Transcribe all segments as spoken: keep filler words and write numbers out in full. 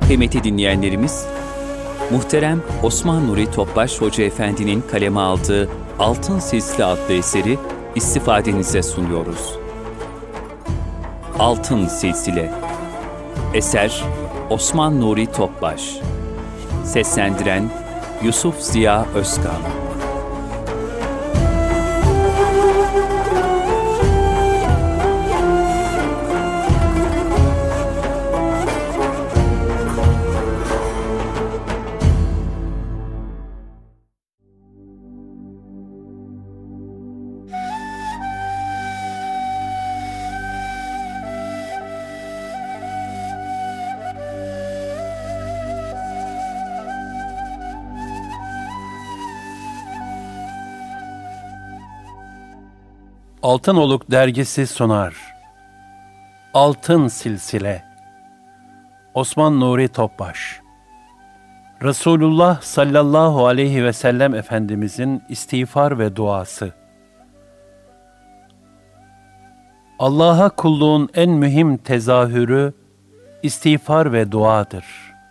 Kıymetli dinleyenlerimiz, muhterem Osman Nuri Topbaş Hoca Efendi'nin kaleme aldığı Altın Silsile adlı eseri istifadenize sunuyoruz. Altın Silsile. Eser Osman Nuri Topbaş. Seslendiren Yusuf Ziya Özkan. Altın Oluk Dergisi sunar. Altın Silsile. Osman Nuri Topbaş. Resulullah sallallahu aleyhi ve sellem Efendimizin istiğfar ve duası. Allah'a kulluğun en mühim tezahürü istiğfar ve duadır.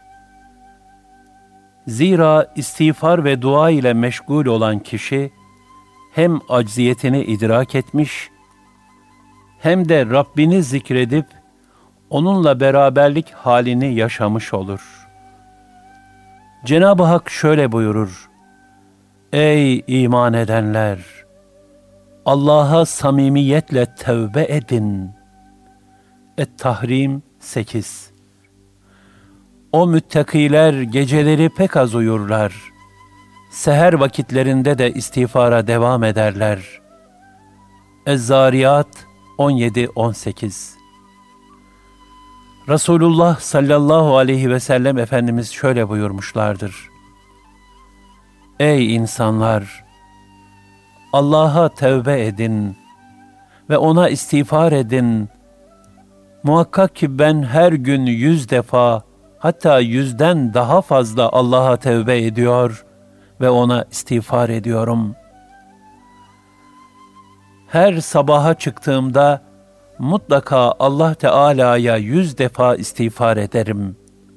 Zira istiğfar ve dua ile meşgul olan kişi hem acziyetini idrak etmiş, hem de Rabbini zikredip, onunla beraberlik halini yaşamış olur. Cenab-ı Hak şöyle buyurur: Ey iman edenler! Allah'a samimiyetle tevbe edin. Et-Tahrim sekiz. O müttakiler geceleri pek az uyurlar. Seher vakitlerinde de istiğfara devam ederler. Ez-Zariyat on yedi on sekiz. Resulullah sallallahu aleyhi ve sellem Efendimiz şöyle buyurmuşlardır: Ey insanlar! Allah'a tevbe edin ve ona istiğfar edin. Muhakkak ki ben her gün yüz defa, hatta yüzden daha fazla Allah'a tevbe ediyor ve ona istiğfar ediyorum. Her sabaha çıktığımda mutlaka Allah Teala'ya yüz defa istiğfar ederim.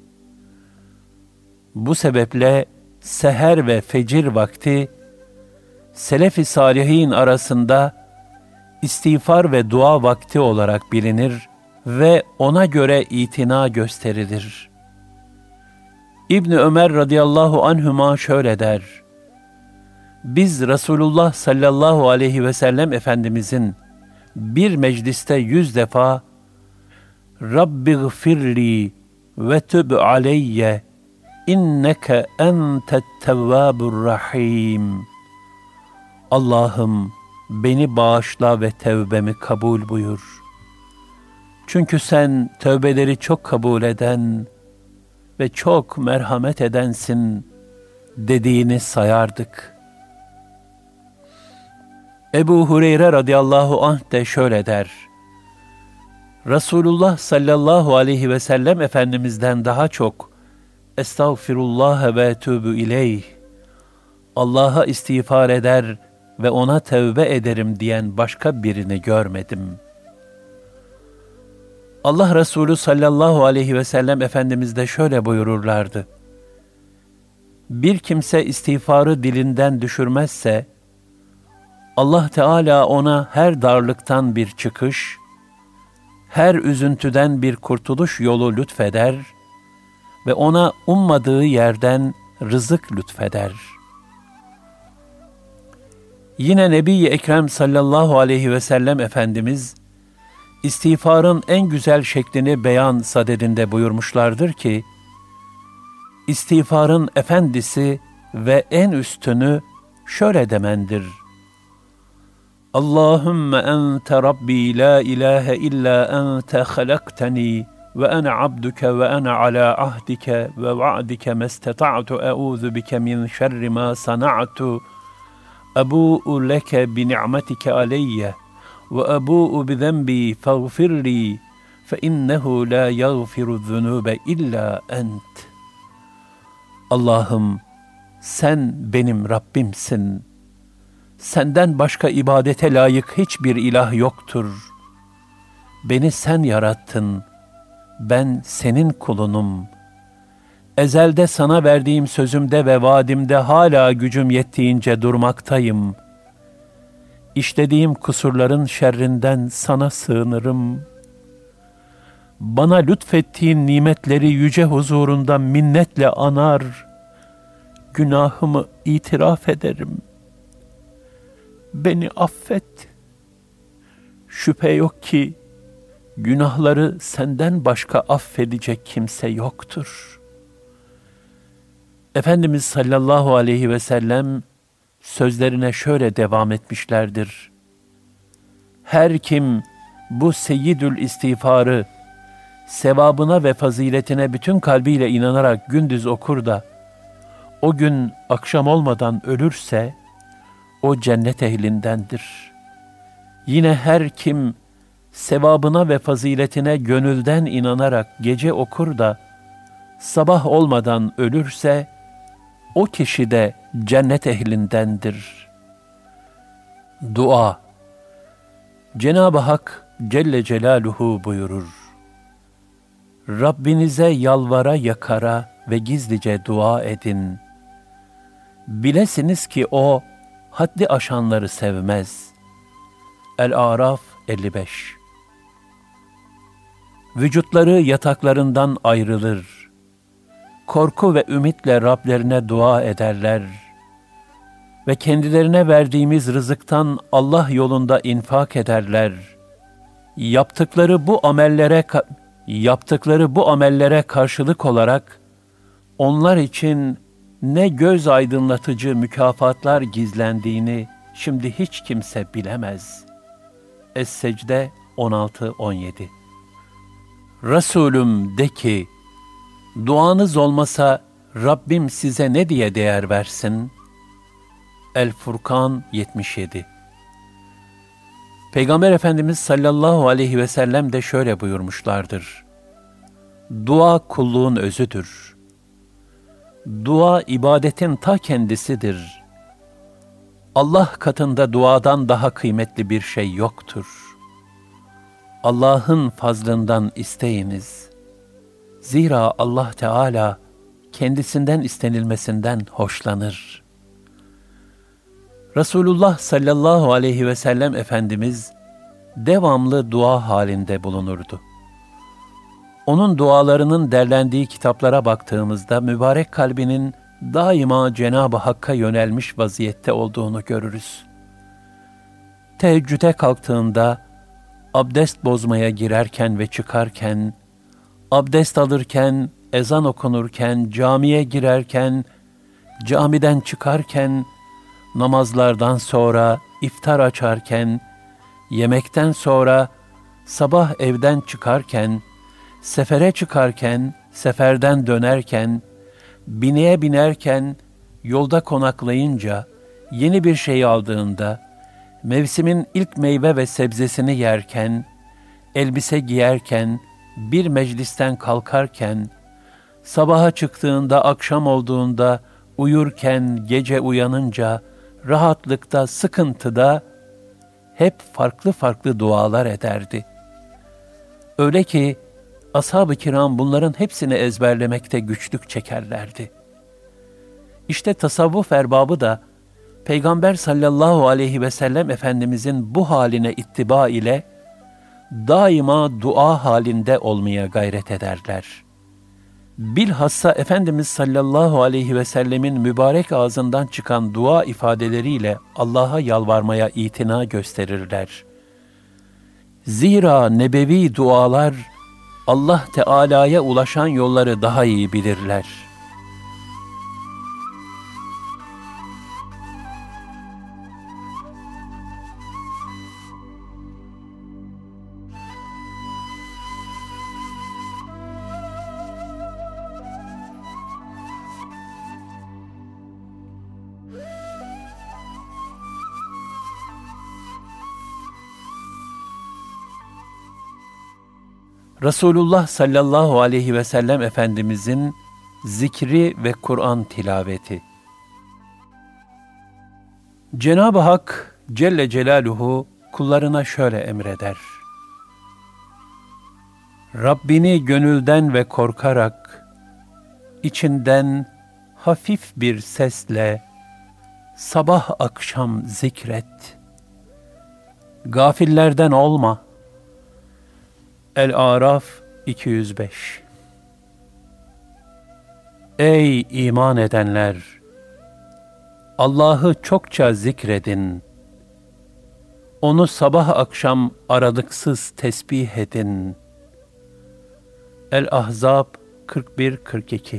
Bu sebeple seher ve fecir vakti Selef-i Salihin arasında istiğfar ve dua vakti olarak bilinir ve ona göre itina gösterilir. İbn Ömer radıyallahu anhuma şöyle der: Biz Resulullah sallallahu aleyhi ve sellem Efendimizin bir mecliste yüz defa Rabbi gfirli ve tüb aleyye inneke entet tevvabur rahim. Allah'ım beni bağışla ve tevbemi kabul buyur. Çünkü sen tövbeleri çok kabul eden ve çok merhamet edensin dediğini sayardık. Ebu Hureyre radıyallahu anh de şöyle der: Resulullah sallallahu aleyhi ve sellem Efendimiz'den daha çok Estağfirullah ve etûbü ileyh, Allah'a istiğfar eder ve ona tevbe ederim diyen başka birini görmedim. Allah Resulü sallallahu aleyhi ve sellem Efendimiz de şöyle buyururlardı: Bir kimse istiğfarı dilinden düşürmezse, Allah Teala ona her darlıktan bir çıkış, her üzüntüden bir kurtuluş yolu lütfeder ve ona ummadığı yerden rızık lütfeder. Yine Nebi-i Ekrem sallallahu aleyhi ve sellem Efendimiz, İstiğfarın en güzel şeklini beyan sadedinde buyurmuşlardır ki, İstiğfarın efendisi ve en üstünü şöyle demendir: Allahümme ente Rabbi la ilahe illa ente halakteni ve ene abduke ve ene ala ahdike ve va'dike mesteta'tu e'udhu bike min şerri ma sana'tu ebu'u leke bi ni'metike aleyye ve ebu'u bi zenbi fagfirli fe innehu la yagfiru zunube illa ent. Allah'ım sen benim Rabbimsin. Senden başka ibadete layık hiçbir ilah yoktur. Beni sen yarattın. Ben senin kulunum. Ezelde sana verdiğim sözümde ve vaadimde hala gücüm yettiğince durmaktayım. İşlediğim kusurların şerrinden sana sığınırım. Bana lütfettiğin nimetleri yüce huzurunda minnetle anar, günahımı itiraf ederim. Beni affet. Şüphe yok ki günahları senden başka affedecek kimse yoktur. Efendimiz sallallahu aleyhi ve sellem sözlerine şöyle devam etmişlerdir. Her kim bu seyyidül istiğfarı sevabına ve faziletine bütün kalbiyle inanarak gündüz okur da o gün akşam olmadan ölürse o cennet ehlindendir. Yine her kim sevabına ve faziletine gönülden inanarak gece okur da sabah olmadan ölürse o kişi de cennet ehlindendir. Dua. Cenab-ı Hak Celle Celaluhu buyurur. Rabbinize yalvara yakara ve gizlice dua edin. Bilesiniz ki o haddi aşanları sevmez. El-Araf elli beş. Vücutları yataklarından ayrılır. Korku ve ümitle Rablerine dua ederler. Ve kendilerine verdiğimiz rızıktan Allah yolunda infak ederler. Yaptıkları bu amellere yaptıkları bu amellere karşılık olarak onlar için ne göz aydınlatıcı mükafatlar gizlendiğini şimdi hiç kimse bilemez. Es-Secde on altı on yedi. Resulüm de ki, duanız olmasa Rabbim size ne diye değer versin? El-Furkan yetmiş yedi. Peygamber Efendimiz sallallahu aleyhi ve sellem de şöyle buyurmuşlardır. Dua kulluğun özüdür. Dua ibadetin ta kendisidir. Allah katında duadan daha kıymetli bir şey yoktur. Allah'ın fazlından isteyiniz. Zira Allah Teala kendisinden istenilmesinden hoşlanır. Resulullah sallallahu aleyhi ve sellem Efendimiz devamlı dua halinde bulunurdu. Onun dualarının derlendiği kitaplara baktığımızda mübarek kalbinin daima Cenab-ı Hakk'a yönelmiş vaziyette olduğunu görürüz. Teheccüde kalktığında, abdest bozmaya girerken ve çıkarken, abdest alırken, ezan okunurken, camiye girerken, camiden çıkarken, namazlardan sonra, iftar açarken, yemekten sonra, sabah evden çıkarken, sefere çıkarken, seferden dönerken, bineğe binerken, yolda konaklayınca, yeni bir şey aldığında, mevsimin ilk meyve ve sebzesini yerken, elbise giyerken, bir meclisten kalkarken, sabaha çıktığında, akşam olduğunda, uyurken, gece uyanınca, rahatlıkta, sıkıntıda hep farklı farklı dualar ederdi. Öyle ki ashab-ı kiram bunların hepsini ezberlemekte güçlük çekerlerdi. İşte tasavvuf erbabı da Peygamber sallallahu aleyhi ve sellem Efendimizin bu haline ittiba ile daima dua halinde olmaya gayret ederler. Bilhassa Efendimiz sallallahu aleyhi ve sellemin mübarek ağzından çıkan dua ifadeleriyle Allah'a yalvarmaya itina gösterirler. Zira nebevi dualar Allah Teala'ya ulaşan yolları daha iyi bilirler. Resulullah sallallahu aleyhi ve sellem Efendimizin zikri ve Kur'an tilaveti. Cenab-ı Hak Celle Celaluhu kullarına şöyle emreder. Rabbini gönülden ve korkarak, içinden hafif bir sesle sabah akşam zikret. Gafillerden olma. El-Araf iki yüz beş. Ey iman edenler! Allah'ı çokça zikredin. Onu sabah akşam aralıksız tesbih edin. El-Ahzab kırk bir kırk iki.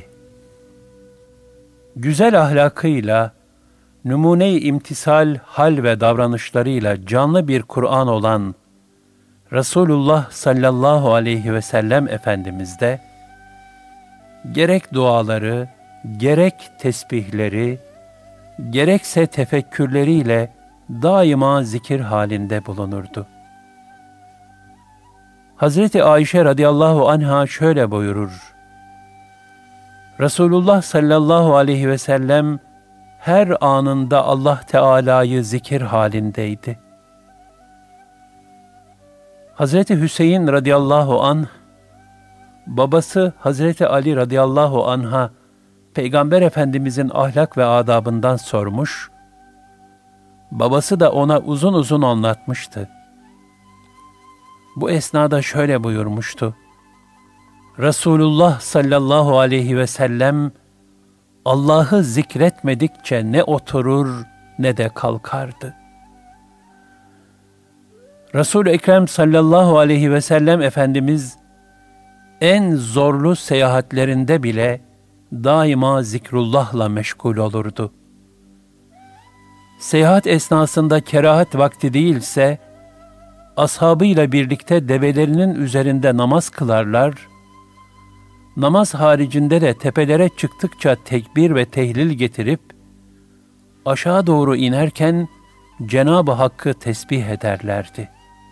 Güzel ahlakıyla, numune-i imtisal hal ve davranışlarıyla canlı bir Kur'an olan Resulullah sallallahu aleyhi ve sellem Efendimiz de, gerek duaları, gerek tesbihleri, gerekse tefekkürleriyle daima zikir halinde bulunurdu. Hazreti Ayşe radıyallahu anha şöyle buyurur: Resulullah sallallahu aleyhi ve sellem her anında Allah Teala'yı zikir halindeydi. Hazreti Hüseyin radıyallahu anh, babası Hazreti Ali radıyallahu anh'a Peygamber Efendimizin ahlak ve adabından sormuş, babası da ona uzun uzun anlatmıştı. Bu esnada şöyle buyurmuştu: Resulullah sallallahu aleyhi ve sellem Allah'ı zikretmedikçe ne oturur ne de kalkardı. Resul-i Ekrem sallallahu aleyhi ve sellem Efendimiz en zorlu seyahatlerinde bile daima zikrullahla meşgul olurdu. Seyahat esnasında kerahat vakti değilse, ashabıyla birlikte develerinin üzerinde namaz kılarlar, namaz haricinde de tepelere çıktıkça tekbir ve tehlil getirip, aşağı doğru inerken Cenab-ı Hakk'ı tesbih ederlerdi.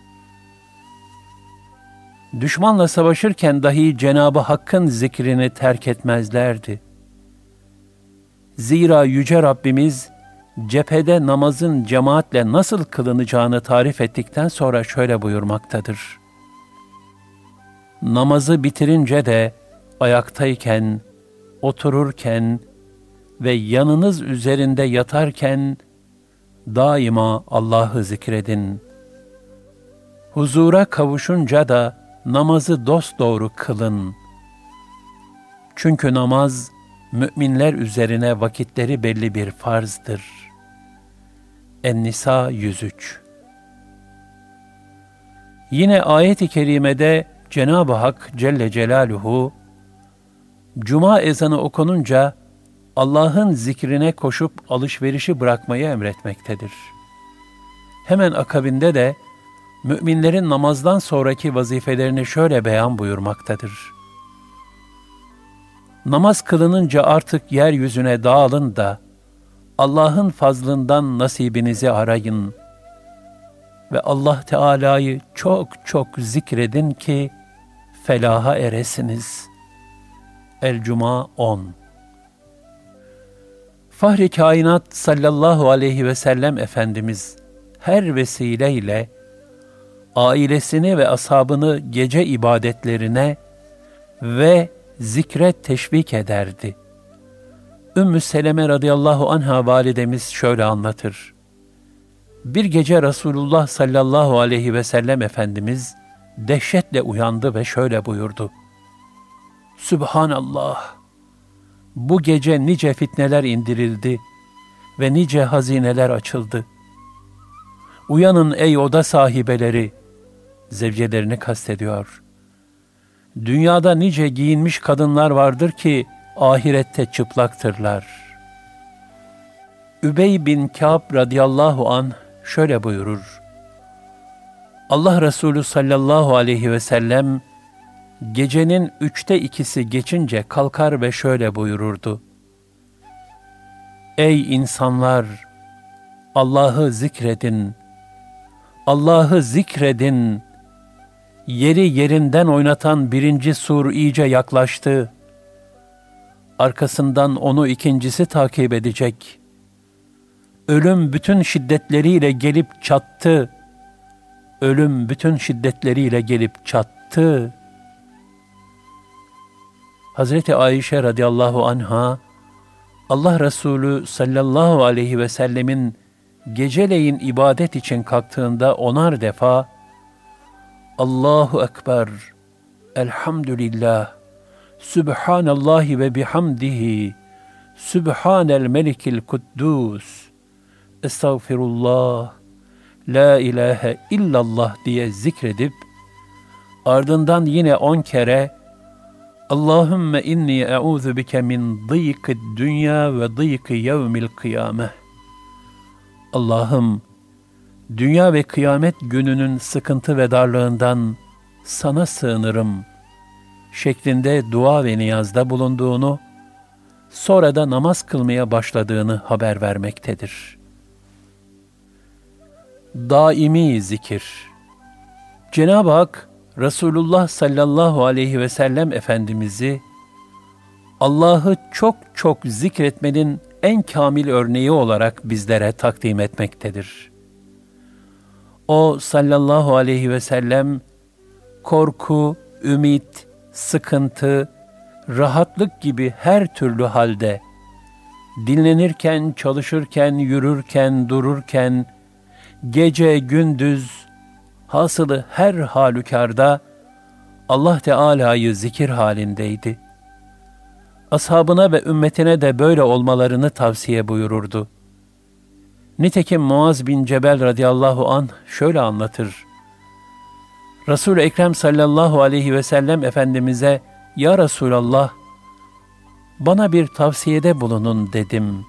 Düşmanla savaşırken dahi Cenab-ı Hakk'ın zikrini terk etmezlerdi. Zira Yüce Rabbimiz, cephede namazın cemaatle nasıl kılınacağını tarif ettikten sonra şöyle buyurmaktadır: Namazı bitirince de ayaktayken, otururken ve yanınız üzerinde yatarken daima Allah'ı zikredin. Huzura kavuşunca da namazı dosdoğru kılın. Çünkü namaz, müminler üzerine vakitleri belli bir farzdır. En-Nisa yüz üç. Yine ayet-i kerimede Cenab-ı Hak Celle Celaluhu, Cuma ezanı okununca Allah'ın zikrine koşup alışverişi bırakmayı emretmektedir. Hemen akabinde de müminlerin namazdan sonraki vazifelerini şöyle beyan buyurmaktadır: Namaz kılınınca artık yeryüzüne dağılın da Allah'ın fazlından nasibinizi arayın ve Allah Teala'yı çok çok zikredin ki felaha eresiniz. El-Cuma on. Fahri kainat sallallahu aleyhi ve sellem Efendimiz her vesileyle ailesini ve ashabını gece ibadetlerine ve zikre teşvik ederdi. Ümmü Seleme radıyallahu anha validemiz şöyle anlatır: Bir gece Resulullah sallallahu aleyhi ve sellem Efendimiz dehşetle uyandı ve şöyle buyurdu: Sübhanallah! Bu gece nice fitneler indirildi ve nice hazineler açıldı. Uyanın ey oda sahibeleri, zevcelerini kastediyor. Dünyada nice giyinmiş kadınlar vardır ki ahirette çıplaktırlar. Übey bin Kâb radıyallahu anh şöyle buyurur: Allah Resulü sallallahu aleyhi ve sellem gecenin üçte ikisi geçince kalkar ve şöyle buyururdu: Ey insanlar! Allah'ı zikredin, Allah'ı zikredin. Yeri yerinden oynatan birinci sur iyice yaklaştı. Arkasından onu ikincisi takip edecek. Ölüm bütün şiddetleriyle gelip çattı. Ölüm bütün şiddetleriyle gelip çattı. Hazreti Ayşe radıyallahu anha, Allah Resulü sallallahu aleyhi ve sellemin geceleyin ibadet için kalktığında onar defa Allahu Ekber, Elhamdülillah, Sübhanallahi ve bihamdihi, Sübhanel Melikil Kuddus, Estağfirullah, La ilahe illallah diye zikredip, ardından yine on kere Allahümme inni e'udhu bike min dıyıkı dünya ve dıyıkı yevmil kıyameh. Allah'ım, dünya ve kıyamet gününün sıkıntı ve darlığından sana sığınırım şeklinde dua ve niyazda bulunduğunu, sonra da namaz kılmaya başladığını haber vermektedir. Daimi zikir. Cenab-ı Hak, Resulullah sallallahu aleyhi ve sellem Efendimiz'i Allah'ı çok çok zikretmenin en kamil örneği olarak bizlere takdim etmektedir. O sallallahu aleyhi ve sellem korku, ümit, sıkıntı, rahatlık gibi her türlü halde, dinlenirken, çalışırken, yürürken, dururken, gece, gündüz, hasılı her halükarda Allah Teala'yı zikir halindeydi. Ashabına ve ümmetine de böyle olmalarını tavsiye buyururdu. Nitekim Muaz bin Cebel radıyallahu anh şöyle anlatır. Resul-i Ekrem sallallahu aleyhi ve sellem Efendimiz'e, "Ya Resulallah, bana bir tavsiyede bulunun," dedim.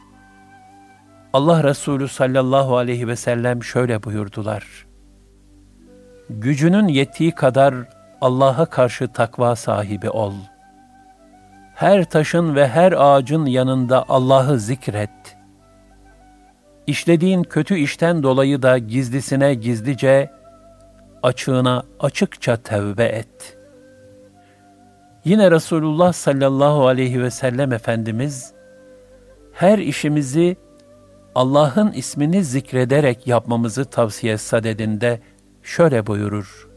Allah Resulü sallallahu aleyhi ve sellem şöyle buyurdular. Gücünün yettiği kadar Allah'a karşı takva sahibi ol. Her taşın ve her ağacın yanında Allah'ı zikret. İşlediğin kötü işten dolayı da gizlisine gizlice, açığına açıkça tevbe et. Yine Resulullah sallallahu aleyhi ve sellem Efendimiz, her işimizi Allah'ın ismini zikrederek yapmamızı tavsiye sadedinde şöyle buyurur.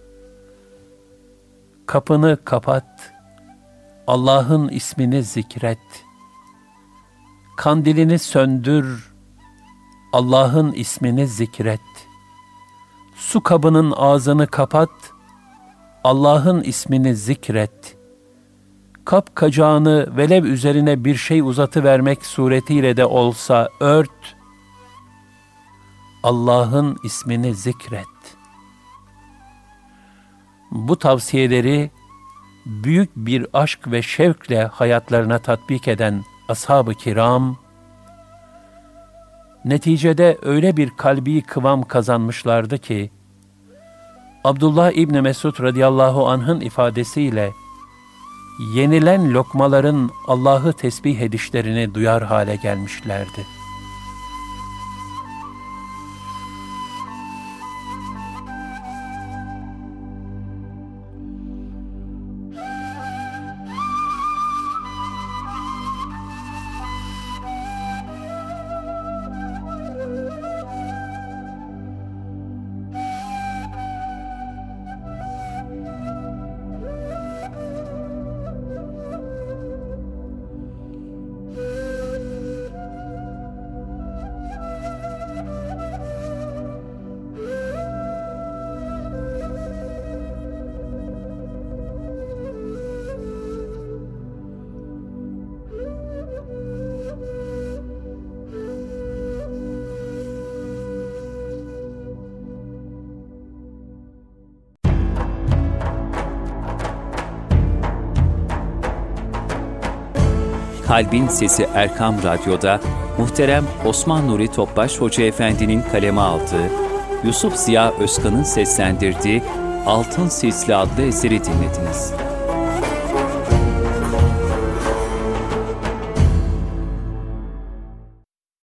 Kapını kapat, Allah'ın ismini zikret. Kandilini söndür, Allah'ın ismini zikret. Su kabının ağzını kapat, Allah'ın ismini zikret. Kap kacağını velev üzerine bir şey uzatıvermek suretiyle de olsa ört, Allah'ın ismini zikret. Bu tavsiyeleri büyük bir aşk ve şevkle hayatlarına tatbik eden ashab-ı kiram, neticede öyle bir kalbi kıvam kazanmışlardı ki, Abdullah İbni Mesud radıyallahu anh'ın ifadesiyle, yenilen lokmaların Allah'ı tesbih edişlerini duyar hale gelmişlerdi. Kalbin Sesi Erkam Radyo'da muhterem Osman Nuri Topbaş Hoca Efendi'nin kaleme aldığı, Yusuf Ziya Özkan'ın seslendirdiği Altın Sisli adlı eseri dinlediniz.